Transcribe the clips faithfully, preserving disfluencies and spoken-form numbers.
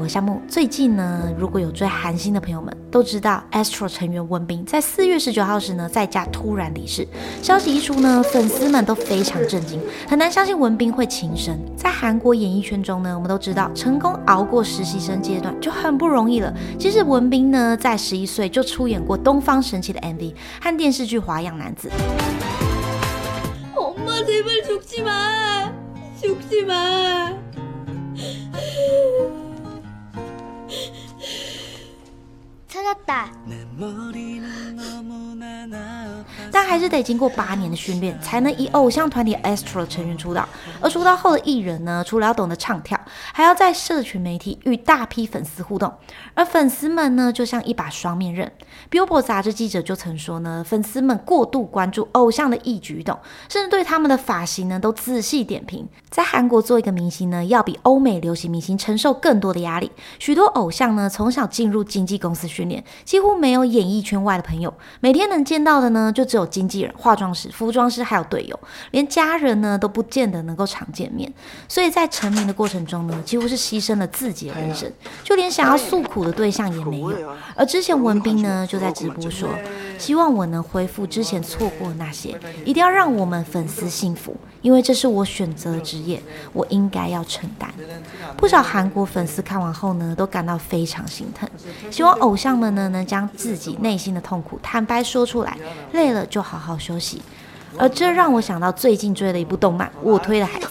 项目，最近呢，如果有追韩星的朋友们都知道 Astro 成员文彬在四月十九号时呢，在家突然离世。消息一出呢，粉丝们都非常震惊，很难相信文彬会轻生。在韩国演艺圈中呢，我们都知道成功熬过实习生阶段就很不容易了。其实文彬呢，在十一岁就出演过东方神起的 M V 和电视剧《花样男子》。 엄마 제발 죽지 마, 죽지 마. 찾았다. 但还是得经过八年的训练，才能以偶像团体 Astro 成员出道。而出道后的艺人呢，除了要懂得唱跳，还要在社群媒体与大批粉丝互动。而粉丝们呢，就像一把双面刃。Billboard 杂志记者就曾说呢，粉丝们过度关注偶像的一举一动，甚至对他们的发型呢都仔细点评。在韩国做一个明星呢，要比欧美流行明星承受更多的压力。许多偶像呢，从小进入经纪公司训练，几乎没有演艺圈外的朋友，每天能见到的呢，就只有经纪人、化妆师、服装师还有队友，连家人呢都不见得能够常见面。所以在成名的过程中呢，几乎是牺牲了自己的人生，就连想要诉苦的对象也没有。而之前文彬呢就在直播说，希望我能恢复之前错过的那些，一定要让我们粉丝幸福，因为这是我选择的职业，我应该要承担。不少韩国粉丝看完后呢，都感到非常心疼，希望偶像们呢能将自己内心的痛苦坦白说出来，累了就好好休息。而这让我想到最近追的一部动漫《我推的孩子》，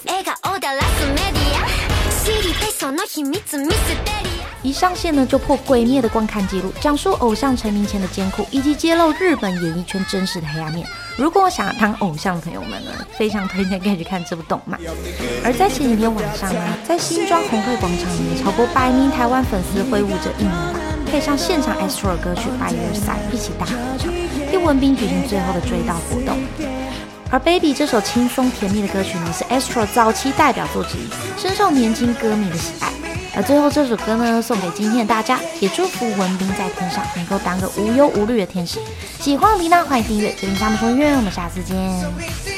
一上线呢就破鬼灭的观看记录，讲述偶像成名前的艰苦，以及揭露日本演艺圈真实的黑暗面。如果想当偶像的朋友们呢，非常推荐可以去看这部动漫。而在前几天晚上呢，在新庄红会广场里，超过百名台湾粉丝挥舞着应援棒，配上现场 Astro 的歌曲《By Your Side》，一起大合唱，替文彬举行最后的追悼活动。而 Baby 这首轻松甜蜜的歌曲呢，是 Astro 早期代表作之一，深受年轻歌迷的喜爱。而最后这首歌呢，送给今天的大家，也祝福文彬在天上能够当个无忧无虑的天使。喜欢的频道欢迎订阅，这里是他们说音乐，我们下次见。